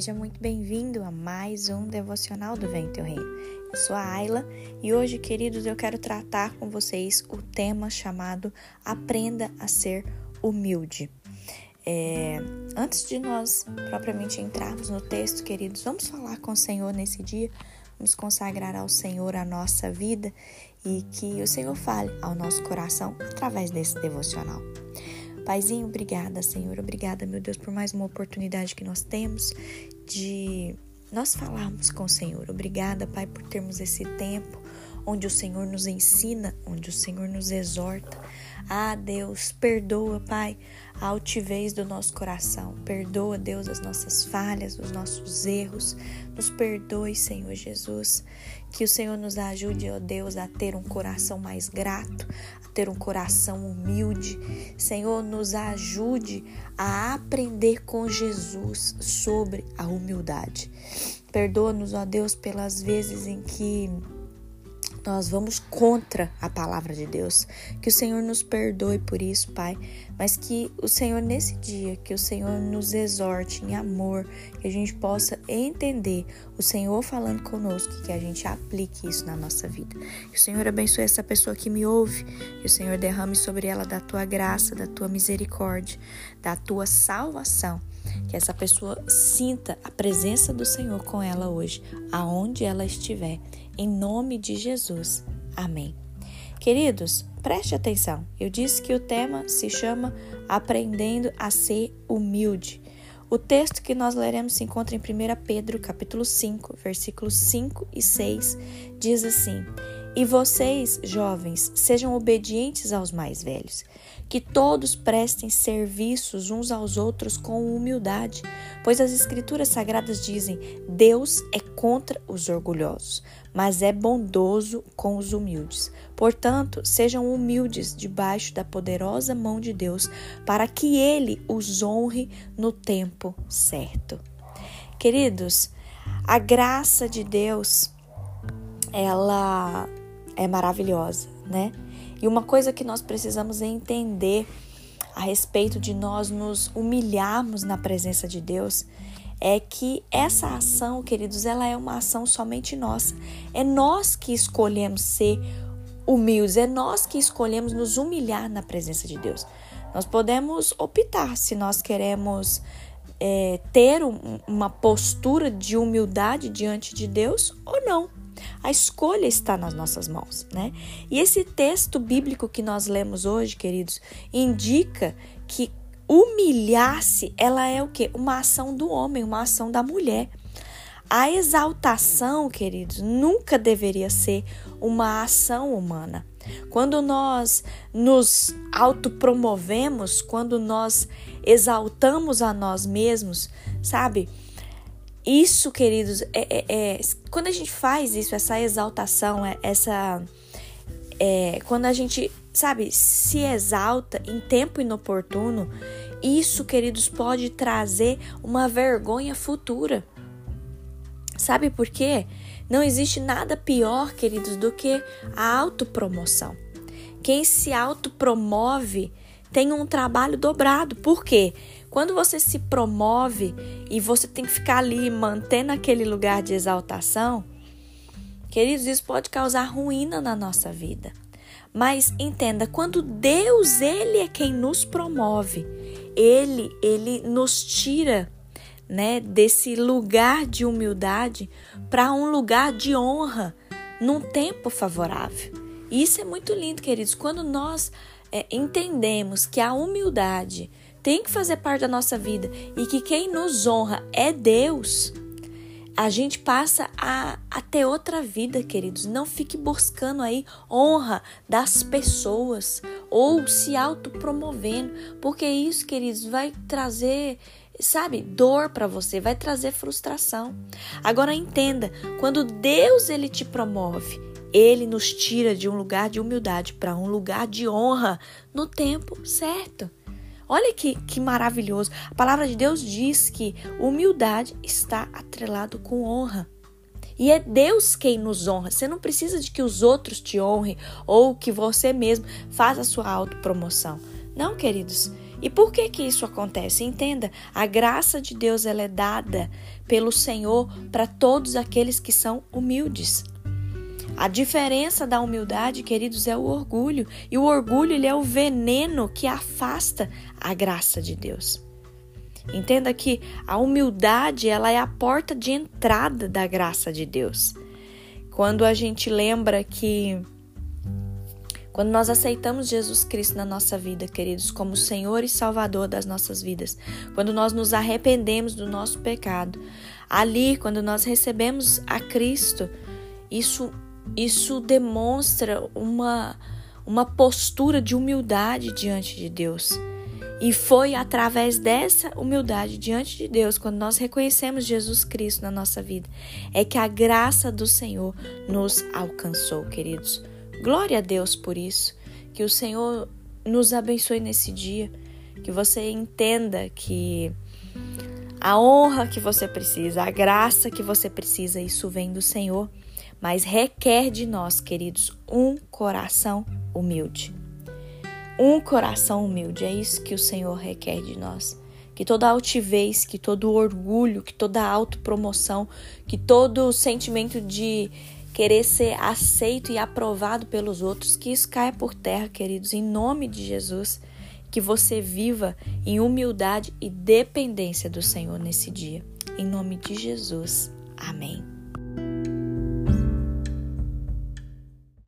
Seja muito bem-vindo a mais um Devocional do Vem Teu Reino. Eu sou a Ayla e hoje, queridos, eu quero tratar com vocês o tema chamado Aprenda a Ser Humilde. Antes de nós propriamente entrarmos no texto, queridos, vamos falar com o Senhor nesse dia, vamos consagrar ao Senhor a nossa vida e que o Senhor fale ao nosso coração através desse devocional. Paizinho, obrigada, Senhor. Obrigada, meu Deus, por mais uma oportunidade que nós temos de nós falarmos com o Senhor. Obrigada, Pai, por termos esse tempo onde o Senhor nos ensina, onde o Senhor nos exorta. Ah, Deus, perdoa, Pai, a altivez do nosso coração. Perdoa, Deus, as nossas falhas, os nossos erros. Nos perdoe, Senhor Jesus. Que o Senhor nos ajude, ó Deus, a ter um coração mais grato, a ter um coração humilde. Senhor, nos ajude a aprender com Jesus sobre a humildade. Perdoa-nos, ó Deus, pelas vezes em que nós vamos contra a palavra de Deus. Que o Senhor nos perdoe por isso, Pai. Mas que o Senhor, nesse dia, que o Senhor nos exorte em amor, que a gente possa entender o Senhor falando conosco, que a gente aplique isso na nossa vida. Que o Senhor abençoe essa pessoa que me ouve, que o Senhor derrame sobre ela da Tua graça, da Tua misericórdia, da Tua salvação. Que essa pessoa sinta a presença do Senhor com ela hoje, aonde ela estiver. Em nome de Jesus. Amém. Queridos, preste atenção. Eu disse que o tema se chama Aprendendo a Ser Humilde. O texto que nós leremos se encontra em 1 Pedro, capítulo 5, versículos 5 e 6, diz assim: E vocês, jovens, sejam obedientes aos mais velhos, que todos prestem serviços uns aos outros com humildade, pois as Escrituras Sagradas dizem: Deus é contra os orgulhosos, mas é bondoso com os humildes. Portanto, sejam humildes debaixo da poderosa mão de Deus, para que Ele os honre no tempo certo. Queridos, a graça de Deus, ela é maravilhosa, né? E uma coisa que nós precisamos entender a respeito de nós nos humilharmos na presença de Deus é que essa ação, queridos, ela é uma ação somente nossa. É nós que escolhemos ser humildes, é nós que escolhemos nos humilhar na presença de Deus. Nós podemos optar se nós queremos ter uma postura de humildade diante de Deus ou não. A escolha está nas nossas mãos, né? E esse texto bíblico que nós lemos hoje, queridos, indica que humilhar-se, ela é o quê? Uma ação do homem, uma ação da mulher. A exaltação, queridos, nunca deveria ser uma ação humana. Quando nós nos autopromovemos, quando nós exaltamos a nós mesmos, sabe? Isso, queridos, quando a gente faz isso, essa exaltação, quando a gente, sabe, se exalta em tempo inoportuno, isso, queridos, pode trazer uma vergonha futura. Sabe por quê? Não existe nada pior, queridos, do que a autopromoção. Quem se autopromove tem um trabalho dobrado. Por quê? Quando você se promove e você tem que ficar ali mantendo aquele lugar de exaltação, queridos, isso pode causar ruína na nossa vida. Mas entenda, quando Deus, Ele é quem nos promove, Ele nos tira, né, desse lugar de humildade para um lugar de honra num tempo favorável. E isso é muito lindo, queridos. Quando nós entendemos que a humildade tem que fazer parte da nossa vida e que quem nos honra é Deus, a gente passa a ter outra vida, queridos. Não fique buscando aí honra das pessoas ou se autopromovendo, porque isso, queridos, vai trazer, sabe, dor para você, vai trazer frustração. Agora entenda, quando Deus, Ele te promove, Ele nos tira de um lugar de humildade para um lugar de honra no tempo certo. Olha que maravilhoso. A palavra de Deus diz que humildade está atrelado com honra. E é Deus quem nos honra. Você não precisa de que os outros te honrem ou que você mesmo faça a sua autopromoção. Não, queridos. E por que isso acontece? Entenda, a graça de Deus ela é dada pelo Senhor para todos aqueles que são humildes. A diferença da humildade, queridos, é o orgulho. E o orgulho ele é o veneno que afasta a graça de Deus. Entenda que a humildade ela é a porta de entrada da graça de Deus. Quando a gente lembra que quando nós aceitamos Jesus Cristo na nossa vida, queridos, como Senhor e Salvador das nossas vidas, quando nós nos arrependemos do nosso pecado, ali, quando nós recebemos a Cristo, isso demonstra uma postura de humildade diante de Deus. E foi através dessa humildade diante de Deus, quando nós reconhecemos Jesus Cristo na nossa vida, é que a graça do Senhor nos alcançou, queridos. Glória a Deus por isso, que o Senhor nos abençoe nesse dia, que você entenda que a honra que você precisa, a graça que você precisa, isso vem do Senhor, mas requer de nós, queridos, um coração humilde. Um coração humilde, é isso que o Senhor requer de nós. Que toda altivez, que todo orgulho, que toda autopromoção, que todo sentimento de querer ser aceito e aprovado pelos outros, que isso caia por terra, queridos, em nome de Jesus, que você viva em humildade e dependência do Senhor nesse dia. Em nome de Jesus. Amém.